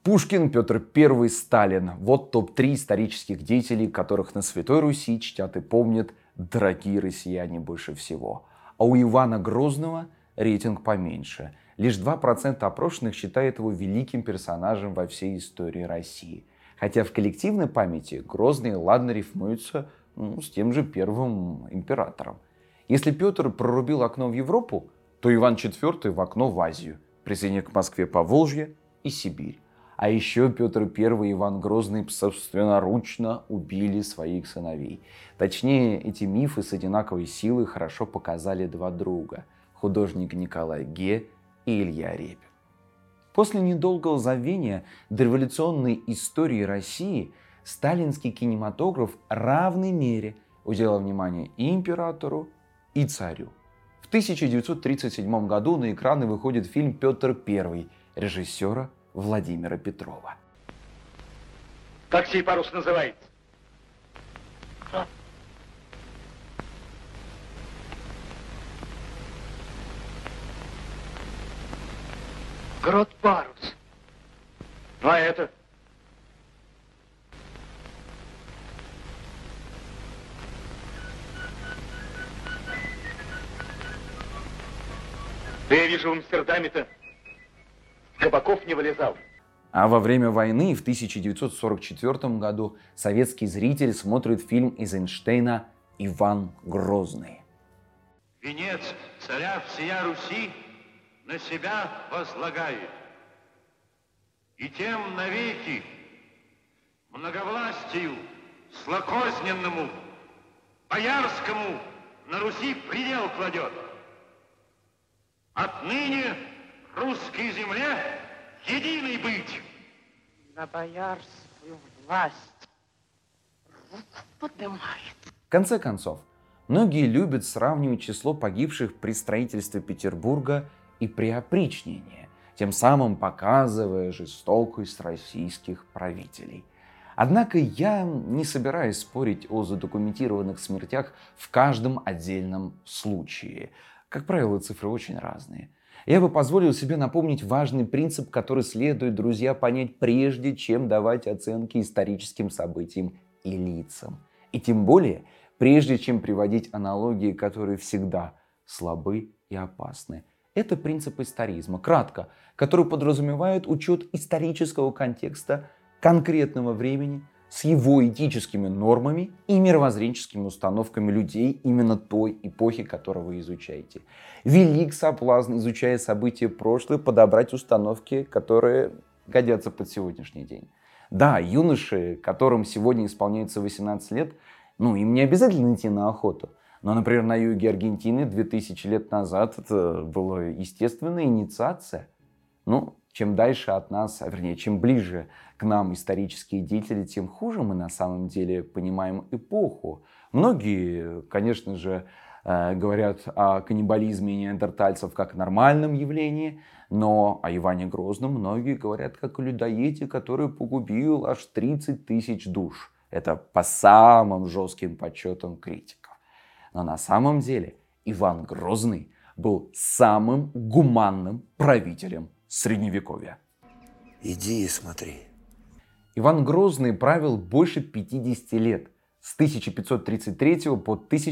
Пушкин, Петр I, Сталин. Вот топ-3 исторических деятелей, которых на Святой Руси чтят и помнят дорогие россияне больше всего. А у Ивана Грозного рейтинг поменьше. Лишь 2% опрошенных считают его великим персонажем во всей истории России. Хотя в коллективной памяти Грозный ладно рифмуется с тем же первым императором. Если Петр прорубил окно в Европу, то Иван IV в окно в Азию, присоединив к Москве Поволжье и Сибирь. А еще Петр I и Иван Грозный собственноручно убили своих сыновей. Точнее, эти мифы с одинаковой силой хорошо показали два друга – художник Николай Ге и Илья Репин. После недолгого забвения дореволюционной истории России сталинский кинематограф в равной мере уделял внимание и императору, и царю. В 1937 году на экраны выходит фильм «Петр I» режиссера Владимира Петрова. Как сей парус называется? Грот парус. Ну а это? Да я вижу, в Амстердаме-то кабаков не вылезал. А во время войны в 1944 году советский зритель смотрит фильм Эйзенштейна «Иван Грозный». Венец царя всея Руси на себя возлагает, и тем навеки многовластию злокозненному боярскому на Руси предел кладет. Отныне русской земле единой быть. На боярскую власть руку поднимает. В конце концов, многие любят сравнивать число погибших при строительстве Петербурга и при опричнении, тем самым показывая жестокость российских правителей. Однако я не собираюсь спорить о задокументированных смертях в каждом отдельном случае. Как правило, цифры очень разные. Я бы позволил себе напомнить важный принцип, который следует, друзья, понять прежде, чем давать оценки историческим событиям и лицам. И тем более, прежде чем приводить аналогии, которые всегда слабы и опасны. Это принцип историзма, кратко, который подразумевает учет исторического контекста конкретного времени с его этическими нормами и мировоззренческими установками людей именно той эпохи, которую вы изучаете. Велик соблазн, изучая события прошлого, подобрать установки, которые годятся под сегодняшний день. Да, юноши, которым сегодня исполняется 18 лет, им не обязательно идти на охоту. Но, например, на юге Аргентины 2000 лет назад это была естественная инициация. Чем дальше от нас, вернее, чем ближе к нам исторические деятели, тем хуже мы на самом деле понимаем эпоху. Многие, конечно же, говорят о каннибализме неандертальцев как о нормальном явлении, но о Иване Грозном многие говорят как о людоеде, который погубил аж 30 тысяч душ. Это по самым жестким подсчетам критиков. Но на самом деле Иван Грозный был самым гуманным правителем Средневековья. Иди и смотри. Иван Грозный правил больше 50 лет, с 1533 по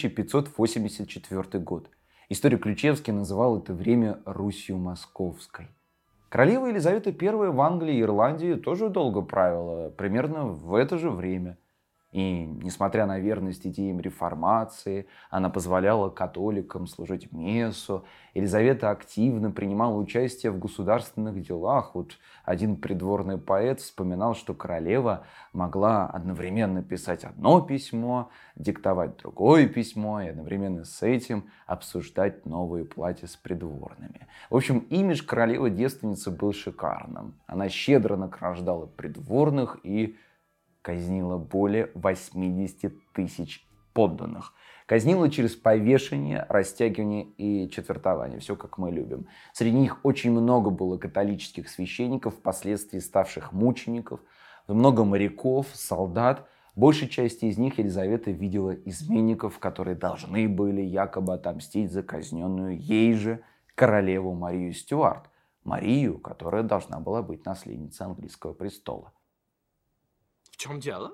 1584 год. Историк Ключевский называл это время Русью Московской. Королева Елизавета I в Англии и Ирландии тоже долго правила, примерно в это же время. И, несмотря на верность идеям реформации, она позволяла католикам служить мессу. Елизавета активно принимала участие в государственных делах. Вот один придворный поэт вспоминал, что королева могла одновременно писать одно письмо, диктовать другое письмо и одновременно с этим обсуждать новые платья с придворными. В общем, имидж королевы-девственницы был шикарным. Она щедро награждала придворных и казнила более 80 тысяч подданных. Казнила через повешение, растягивание и четвертование. Все как мы любим. Среди них очень много было католических священников, впоследствии ставших мучеников, много моряков, солдат. Большей части из них Елизавета видела изменников, которые должны были якобы отомстить за казненную ей же королеву Марию Стюарт. Марию, которая должна была быть наследницей английского престола. В чем дело?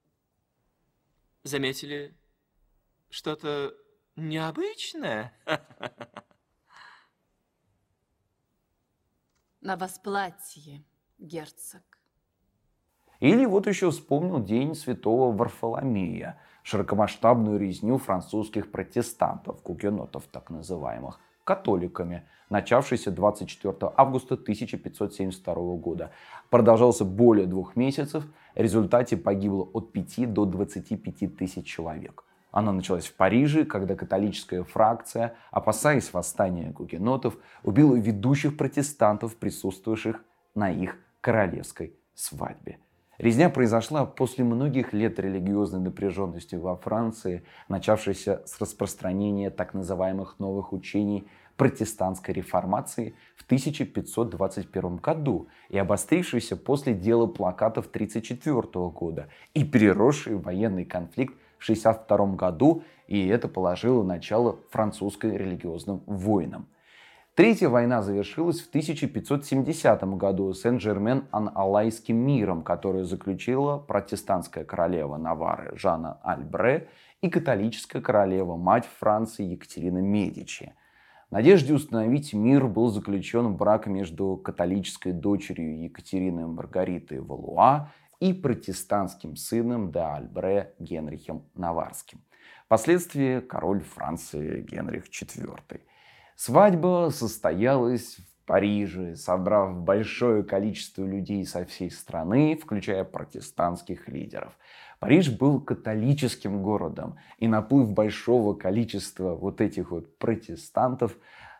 Заметили что-то необычное? На вас платье, герцог. Или вот еще вспомнил день святого Варфоломея, широкомасштабную резню французских протестантов, гугенотов так называемых, католиками, начавшийся 24 августа 1572 года. Продолжался более 2 месяцев, в результате погибло от 5 до 25 тысяч человек. Она началась в Париже, когда католическая фракция, опасаясь восстания гугенотов, убила ведущих протестантов, присутствовавших на их королевской свадьбе. Резня произошла после многих лет религиозной напряженности во Франции, начавшейся с распространения так называемых новых учений протестантской реформации в 1521 году и обострившейся после дела плакатов 1934 года и переросшей в военный конфликт в 1962 году, и это положило начало французской религиозным войнам. Третья война завершилась в 1570 году Сен-Жермен-ан-Алайским миром, который заключила протестантская королева Наварры Жанна Альбре и католическая королева-мать Франции Екатерина Медичи. В надежде установить мир был заключен брак между католической дочерью Екатерины Маргаритой Валуа и протестантским сыном де Альбре Генрихом Наварским. Впоследствии король Франции Генрих IV. Свадьба состоялась в Париже, собрав большое количество людей со всей страны, включая протестантских лидеров. Париж был католическим городом, и наплыв большого количества вот этих вот протестантов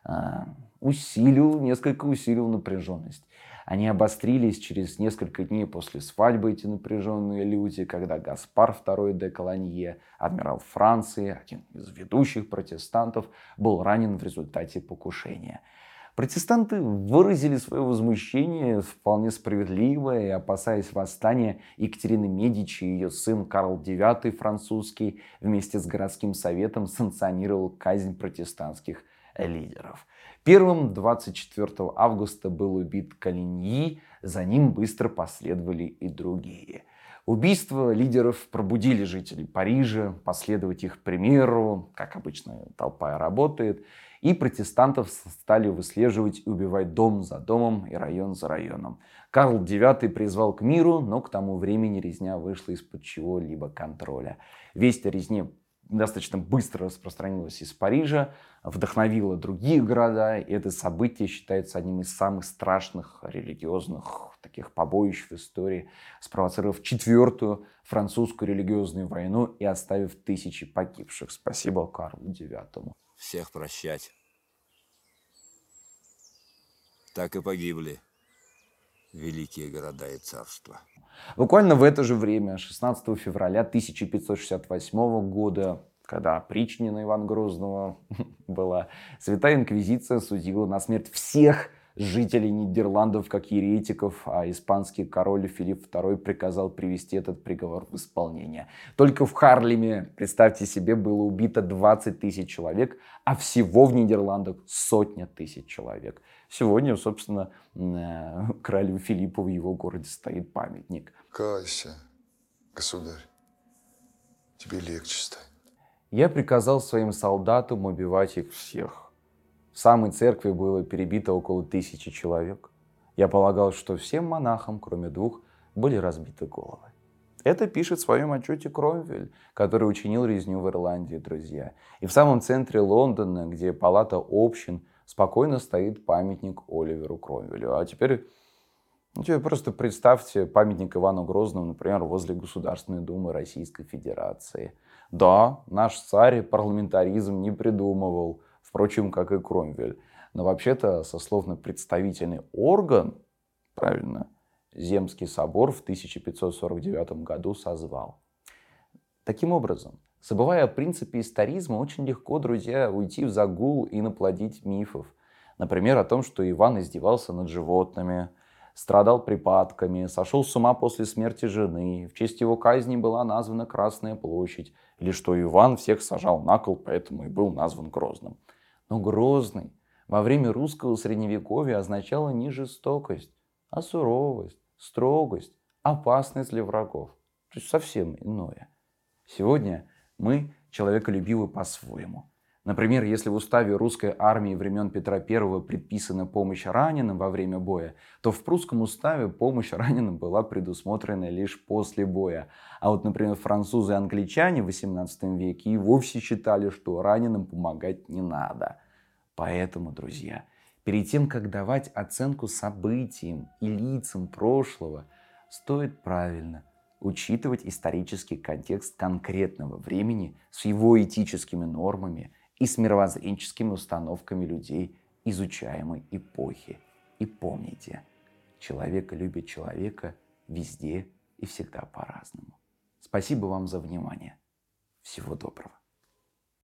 несколько усилил напряженность. Они обострились через несколько дней после свадьбы, эти напряженные люди, когда Гаспар II де Колонье, адмирал Франции, один из ведущих протестантов, был ранен в результате покушения. Протестанты выразили свое возмущение вполне справедливое, и, опасаясь восстания, Екатерины Медичи и ее сын Карл IX французский вместе с городским советом санкционировал казнь протестантских лидеров. Первым 24 августа был убит Калиньи, за ним быстро последовали и другие. Убийства лидеров пробудили жителей Парижа, последовать их примеру, как обычно толпа работает, и протестантов стали выслеживать и убивать дом за домом и район за районом. Карл IX призвал к миру, но к тому времени резня вышла из-под чего-либо контроля. Весть о резне достаточно быстро распространилась из Парижа, вдохновила другие города, и это событие считается одним из самых страшных религиозных таких побоищ в истории, спровоцировав 4-ю французскую религиозную войну и оставив тысячи погибших. Спасибо Карлу IX. Всех прощать. Так и погибли великие города и царства. Буквально в это же время, 16 февраля 1568 года, когда опричнина Ивана Грозного была, Святая Инквизиция судила на смерть всех жителей Нидерландов как еретиков, а испанский король Филипп II приказал привести этот приговор в исполнение. Только в Харлеме, представьте себе, было убито 20 тысяч человек, а всего в Нидерландах 100 тысяч человек. Сегодня, собственно, королю Филиппу в его городе стоит памятник. Кайся, государь, тебе легче станет. Я приказал своим солдатам убивать их всех. В самой церкви было перебито около 1000 человек. Я полагал, что всем монахам, кроме 2, были разбиты головы. Это пишет в своем отчете Кромвель, который учинил резню в Ирландии, друзья. И в самом центре Лондона, где палата общин, спокойно стоит памятник Оливеру Кромвелю. А теперь просто представьте памятник Ивану Грозному, например, возле Государственной Думы Российской Федерации. Да, наш царь парламентаризм не придумывал, впрочем, как и Кромвель. Но вообще-то сословно-представительный орган, правильно, Земский собор в 1549 году созвал. Таким образом, забывая о принципе историзма, очень легко, друзья, уйти в загул и наплодить мифов. Например, о том, что Иван издевался над животными, страдал припадками, сошел с ума после смерти жены, в честь его казни была названа Красная площадь, или что Иван всех сажал на кол, поэтому и был назван Грозным. Но Грозный во время русского средневековья означало не жестокость, а суровость, строгость, опасность для врагов. То есть совсем иное. Сегодня мы человеколюбивы по-своему. Например, если в уставе русской армии времен Петра I предписана помощь раненым во время боя, то в прусском уставе помощь раненым была предусмотрена лишь после боя. А вот, например, французы и англичане в XVIII веке и вовсе считали, что раненым помогать не надо. Поэтому, друзья, перед тем, как давать оценку событиям и лицам прошлого, стоит правильно учитывать исторический контекст конкретного времени с его этическими нормами и с мировоззренческими установками людей изучаемой эпохи. И помните, человек любит человека везде и всегда по-разному. Спасибо вам за внимание. Всего доброго.